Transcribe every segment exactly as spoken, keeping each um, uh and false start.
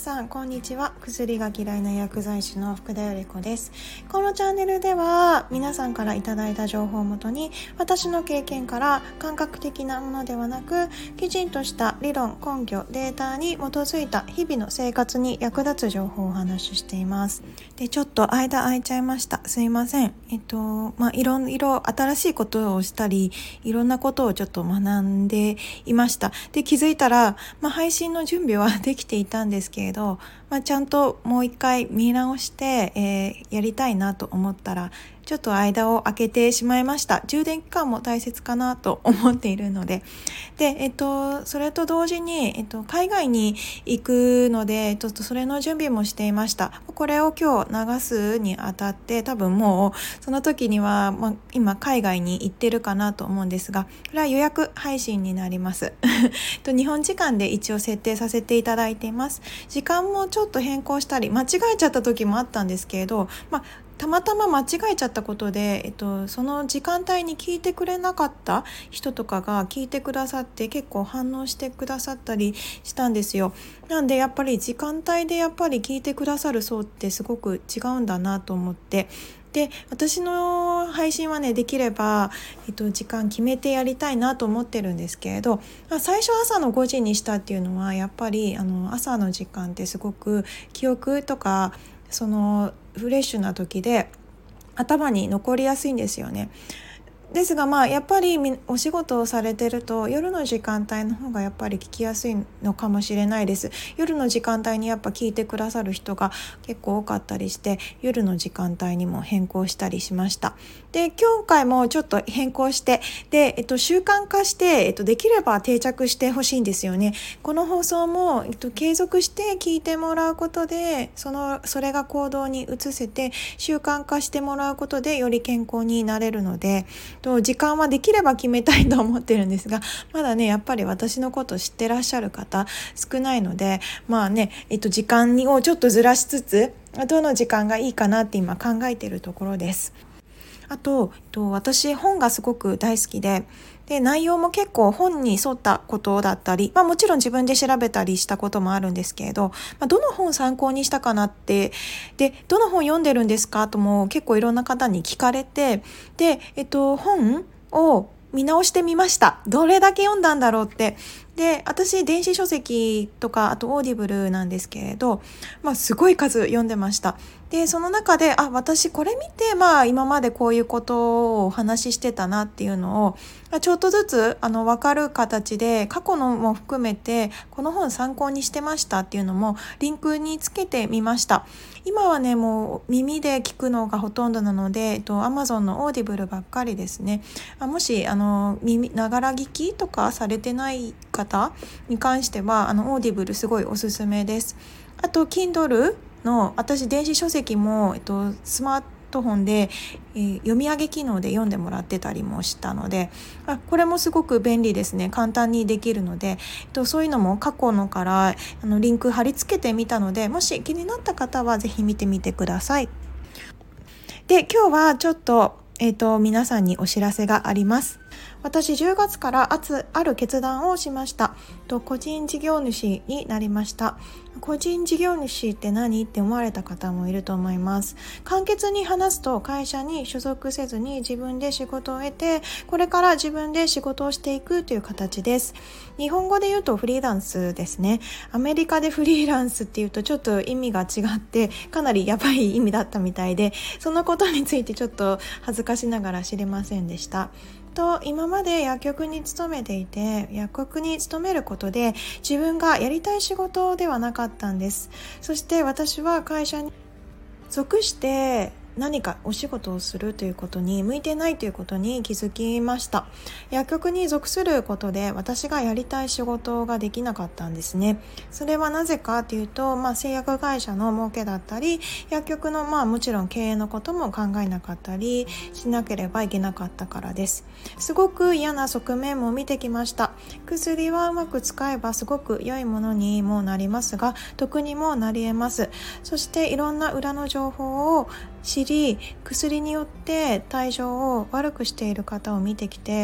さんこんにちは。薬が嫌いな薬剤師の福田より子です。このチャンネルでは皆さんからいただいた情報をもとに、私の経験から感覚的なものではなく、きちんとした理論、根拠、データに基づいた日々の生活に役立つ情報をお話ししています。でちょっと間空いちゃいました、すいません。えっとまあいろいろ新しいことをしたり、いろんなことをちょっと学んでいました。で気づいたら、まあ、配信の準備はできていたんですけれど、まあ、ちゃんともう一回見直して、えー、やりたいなと思ったら、ちょっと間を空けてしまいました。充電期間も大切かなと思っているので。で、えっと、それと同時に、えっと、海外に行くので、ちょっとそれの準備もしていました。これを今日流すにあたって、多分もう、その時には、まあ、今海外に行ってるかなと思うんですが、これは予約配信になります。日本時間で一応設定させていただいています。時間もちょっと変更したり、間違えちゃった時もあったんですけれど、まあ、たまたま間違えちゃったことで、えっと、その時間帯に聞いてくれなかった人とかが聞いてくださって、結構反応してくださったりしたんですよ。なんでやっぱり時間帯でやっぱり聞いてくださる層ってすごく違うんだなと思って、で私の配信はね、できれば、えっと、時間決めてやりたいなと思ってるんですけれど、最初朝のごじにしたっていうのは、やっぱりあの朝の時間ってすごく記憶とかそのフレッシュな時で頭に残りやすいんですよね。ですが、まあやっぱりお仕事をされてると、夜の時間帯の方がやっぱり聞きやすいのかもしれないです。夜の時間帯にやっぱ聞いてくださる人が結構多かったりして、夜の時間帯にも変更したりしました。で今回もちょっと変更して、で、えっと、習慣化して、えっと、できれば定着してほしいんですよね。この放送も、えっと、継続して聞いてもらうことで、そのそれが行動に移せて習慣化してもらうことで、より健康になれるので、と時間はできれば決めたいと思ってるんですが、まだねやっぱり私のこと知ってらっしゃる方少ないので、まあね、えっと、時間をちょっとずらしつつ、どの時間がいいかなって今考えているところです。あと、えっと、私本がすごく大好きで、で内容も結構本に沿ったことだったり、まあ、もちろん自分で調べたりしたこともあるんですけれど、まあ、どの本参考にしたかなって、でどの本読んでるんですかとも結構いろんな方に聞かれて、で、えっと、本を見直してみました。どれだけ読んだんだろうって。で私電子書籍とか、あとオーディブルなんですけれど、まあ、すごい数読んでました。でその中で、あ、私これ見て、まあ今までこういうことをお話ししてたなっていうのをちょっとずつあの分かる形で、過去のも含めてこの本参考にしてましたっていうのもリンクにつけてみました。今はねもう耳で聞くのがほとんどなので、えっと、Amazon のオーディブルばっかりですね。あもしあの耳ながら聞きとかされてない方に関しては、あのオーディブルすごいおすすめです。あと Kindle の、私電子書籍も、えっと、スマートフォンで、えー、読み上げ機能で読んでもらってたりもしたので、あこれもすごく便利ですね。簡単にできるので、えっと、そういうのも過去のからあのリンク貼り付けてみたので、もし気になった方はぜひ見てみてください。で今日はちょっと、えーと、皆さんにお知らせがあります。私じゅうがつからあつある決断をしました。と個人事業主になりました。個人事業主って何って思われた方もいると思います。簡潔に話すと、会社に所属せずに自分で仕事を得て、これから自分で仕事をしていくという形です。日本語で言うとフリーランスですね。アメリカでフリーランスっていうとちょっと意味が違って、かなりやばい意味だったみたいで、そのことについてちょっと恥ずかしながら知りませんでした。と今まで薬局に勤めていて、薬局に勤めることで自分がやりたい仕事ではなかったんです。そして私は会社に属して何かお仕事をするということに向いてないということに気づきました。薬局に属することで私がやりたい仕事ができなかったんですね。それはなぜかというと、まあ、製薬会社の儲けだったり、薬局のまあもちろん経営のことも考えなかったりしなければいけなかったからです。すごく嫌な側面も見てきました。薬はうまく使えばすごく良いものにもなりますが、毒にもなり得ます。そしていろんな裏の情報を知り、薬によって体調を悪くしている方を見てきて、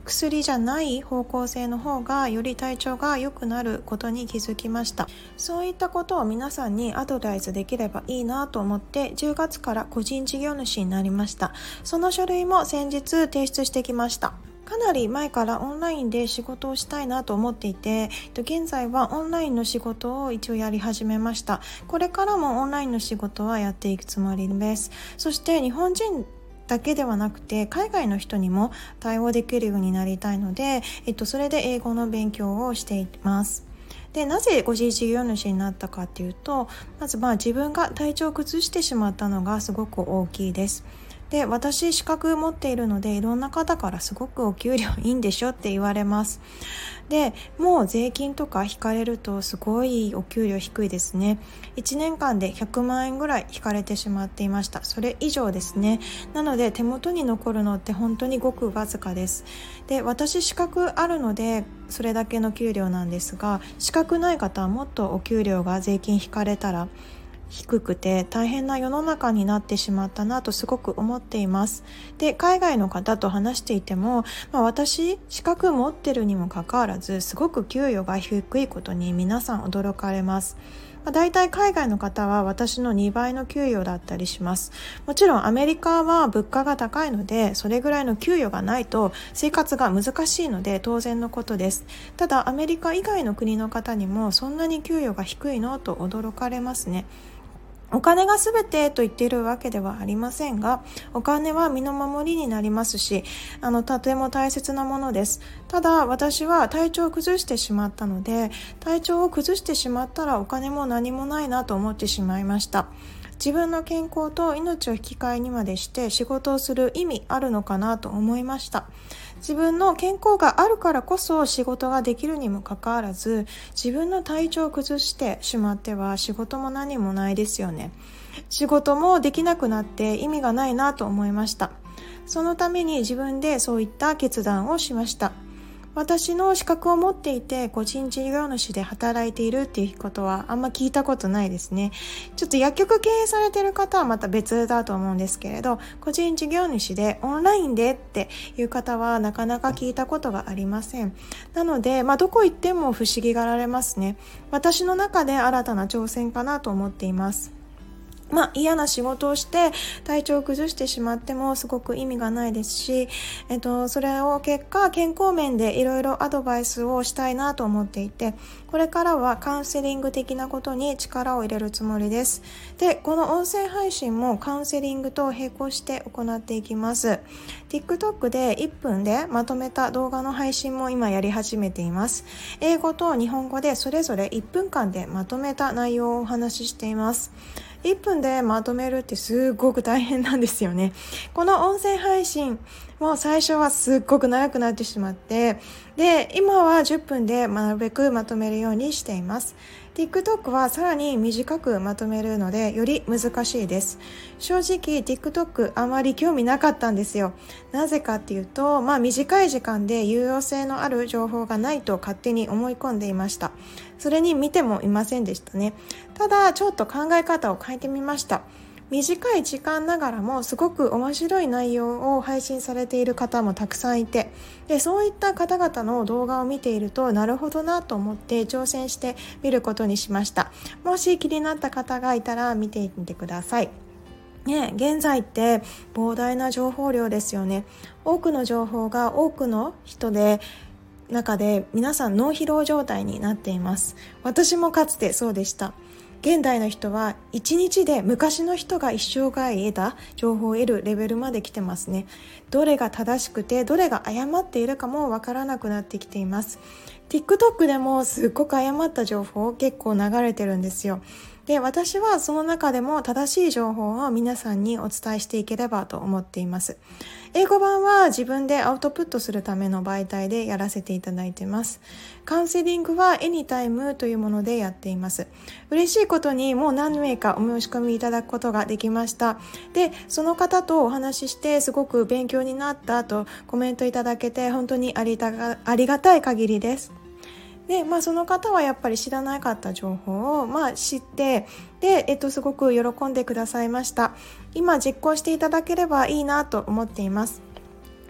薬じゃない方向性の方がより体調が良くなることに気づきました。そういったことを皆さんにアドバイスできればいいなと思ってじゅうがつから個人事業主になりました。その書類も先日提出してきました。かなり前からオンラインで仕事をしたいなと思っていて、現在はオンラインの仕事を一応やり始めました。これからもオンラインの仕事はやっていくつもりです。そして日本人だけではなくて海外の人にも対応できるようになりたいので、えっと、それで英語の勉強をしています。で、なぜ個人事業主になったかっていうと、まずまあ自分が体調を崩してしまったのがすごく大きいです。で、私資格持っているので、いろんな方からすごくお給料いいんでしょって言われます。で、もう税金とか引かれるとすごいお給料低いですね。いちねんかんでひゃくまんえんぐらい引かれてしまっていました。それ以上ですね。なので手元に残るのって本当にごくわずかです。で、私資格あるのでそれだけの給料なんですが、資格ない方はもっとお給料が税金引かれたら低くて大変な世の中になってしまったなとすごく思っています。で、海外の方と話していても、まあ、私資格持ってるにもかかわらずすごく給与が低いことに皆さん驚かれます。まあ、大体海外の方は私のにばいの給与だったりします。もちろんアメリカは物価が高いので、それぐらいの給与がないと生活が難しいので当然のことです。ただアメリカ以外の国の方にもそんなに給与が低いのと驚かれますね。お金が全てと言っているわけではありませんが、お金は身の守りになりますし、あのとても大切なものです。ただ私は体調を崩してしまったので、体調を崩してしまったらお金も何もないなと思ってしまいました。自分の健康と命を引き換えにまでして仕事をする意味あるのかなと思いました。自分の健康があるからこそ仕事ができるにもかかわらず、自分の体調を崩してしまっては仕事も何もないですよね。仕事もできなくなって意味がないなと思いました。そのために自分でそういった決断をしました。私の資格を持っていて個人事業主で働いているっていうことはあんま聞いたことないですね。ちょっと薬局経営されている方はまた別だと思うんですけれど、個人事業主でオンラインでっていう方はなかなか聞いたことがありません。なので、まあ、どこ行っても不思議がられますね。私の中で新たな挑戦かなと思っています。まあ、嫌な仕事をして体調を崩してしまってもすごく意味がないですし、えっと、それを結果健康面でいろいろアドバイスをしたいなと思っていて、これからはカウンセリング的なことに力を入れるつもりです。で、この音声配信もカウンセリングと並行して行っていきます。 TikTok でいっぷんでまとめた動画の配信も今やり始めています。英語と日本語でそれぞれいっぷんかんでまとめた内容をお話ししています。いっぷんでまとめるってすごく大変なんですよね。この音声配信も最初はすっごく長くなってしまって、で、今はじゅっぷんでなるべくまとめるようにしています。TikTok はさらに短くまとめるのでより難しいです。正直 TikTok あまり興味なかったんですよ。なぜかっていうと、まあ短い時間で有用性のある情報がないと勝手に思い込んでいました。それに見てもいませんでしたね。ただちょっと考え方を変えてみました。短い時間ながらもすごく面白い内容を配信されている方もたくさんいて、でそういった方々の動画を見ているとなるほどなと思って挑戦してみることにしました。もし気になった方がいたら見てみてください。ね、現在って膨大な情報量ですよね。多くの情報が多くの人で中で皆さん脳疲労状態になっています。私もかつてそうでした。現代の人はいちにちで昔の人が一生涯得た情報を得るレベルまで来てますね。どれが正しくてどれが誤っているかもわからなくなってきています。TikTok でもすっごく誤った情報結構流れてるんですよ。で、私はその中でも正しい情報を皆さんにお伝えしていければと思っています。英語版は自分でアウトプットするための媒体でやらせていただいています。カウンセリングは Anytime というものでやっています。嬉しいことにもう何名かお申し込みいただくことができました。で、その方とお話ししてすごく勉強になったとコメントいただけて本当にありたが、ありがたい限りです。で、まあ、その方はやっぱり知らなかった情報を、まあ、知ってで、えっと、すごく喜んでくださいました。今実行していただければいいなと思っています。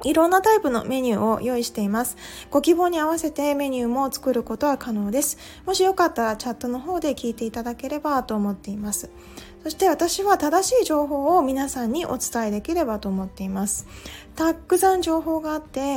いろんなタイプのメニューを用意しています。ご希望に合わせてメニューも作ることは可能です。もしよかったらチャットの方で聞いていただければと思っています。そして私は正しい情報を皆さんにお伝えできればと思っています。たくさん情報があって、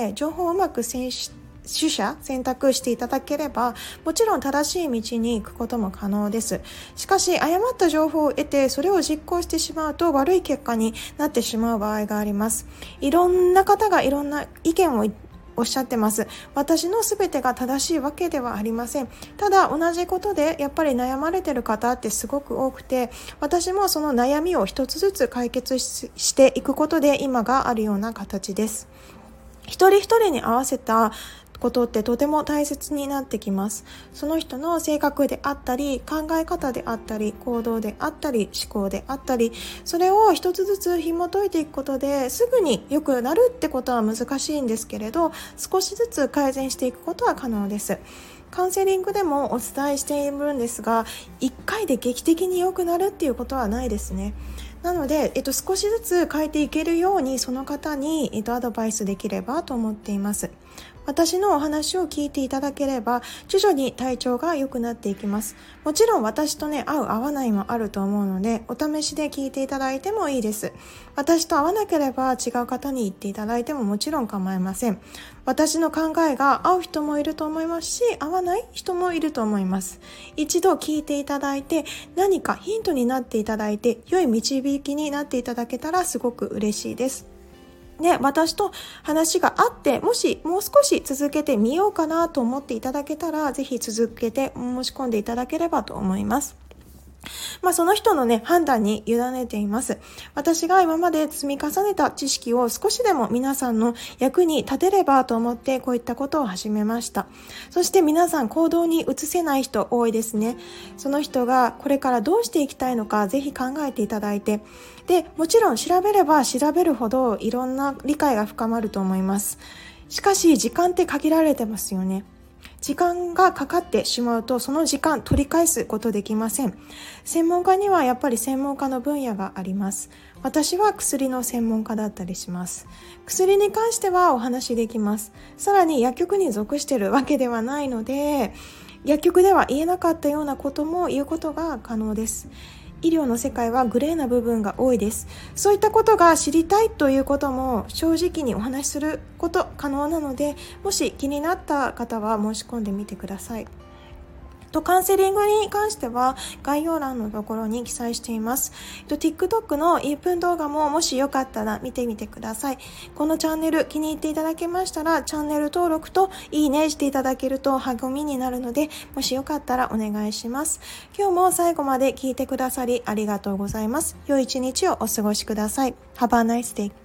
情報をうまく選取捨選択していただければ、もちろん正しい道に行くことも可能です。しかし誤った情報を得てそれを実行してしまうと悪い結果になってしまう場合があります。いろんな方がいろんな意見をおっしゃってます。私のすべてが正しいわけではありません。ただ同じことでやっぱり悩まれている方ってすごく多くて、私もその悩みを一つずつ解決し、していくことで今があるような形です。一人一人に合わせたことってとても大切になってきます。その人の性格であったり、考え方であったり、行動であったり、思考であったり、それを一つずつ紐解いていくことですぐに良くなるってことは難しいんですけれど、少しずつ改善していくことは可能です。カウンセリングでもお伝えしているんですが、いっかいで劇的に良くなるっていうことはないですね。なので、えっと、少しずつ変えていけるようにその方に、えっと、アドバイスできればと思っています。私のお話を聞いていただければ徐々に体調が良くなっていきます。もちろん私とね合う合わないもあると思うので、お試しで聞いていただいてもいいです。私と合わなければ違う方に言っていただいてももちろん構いません。私の考えが合う人もいると思いますし、合わない人もいると思います。一度聞いていただいて、何かヒントになっていただいて、良い導きになっていただけたらすごく嬉しいです。で、私と話があって、もしもう少し続けてみようかなと思っていただけたら、ぜひ続けて申し込んでいただければと思います。まあ、その人のね、判断に委ねています。私が今まで積み重ねた知識を少しでも皆さんの役に立てればと思ってこういったことを始めました。そして皆さん行動に移せない人多いですね。その人がこれからどうしていきたいのかぜひ考えていただいて、で、もちろん調べれば調べるほどいろんな理解が深まると思います。しかし時間って限られてますよね。時間がかかってしまうとその時間取り返すことできません。専門家にはやっぱり専門家の分野があります。私は薬の専門家だったりします。薬に関してはお話できます。さらに薬局に属しているわけではないので、薬局では言えなかったようなことも言うことが可能です。医療の世界はグレーな部分が多いです。そういったことが知りたいということも正直にお話しすること可能なので、もし気になった方は申し込んでみてください。とカウンセリングに関しては概要欄のところに記載しています。と TikTok のいっぷん動画ももしよかったら見てみてください。このチャンネル気に入っていただけましたらチャンネル登録といいねしていただけると励みになるので、もしよかったらお願いします。今日も最後まで聞いてくださりありがとうございます。良い一日をお過ごしください。Have a nice day.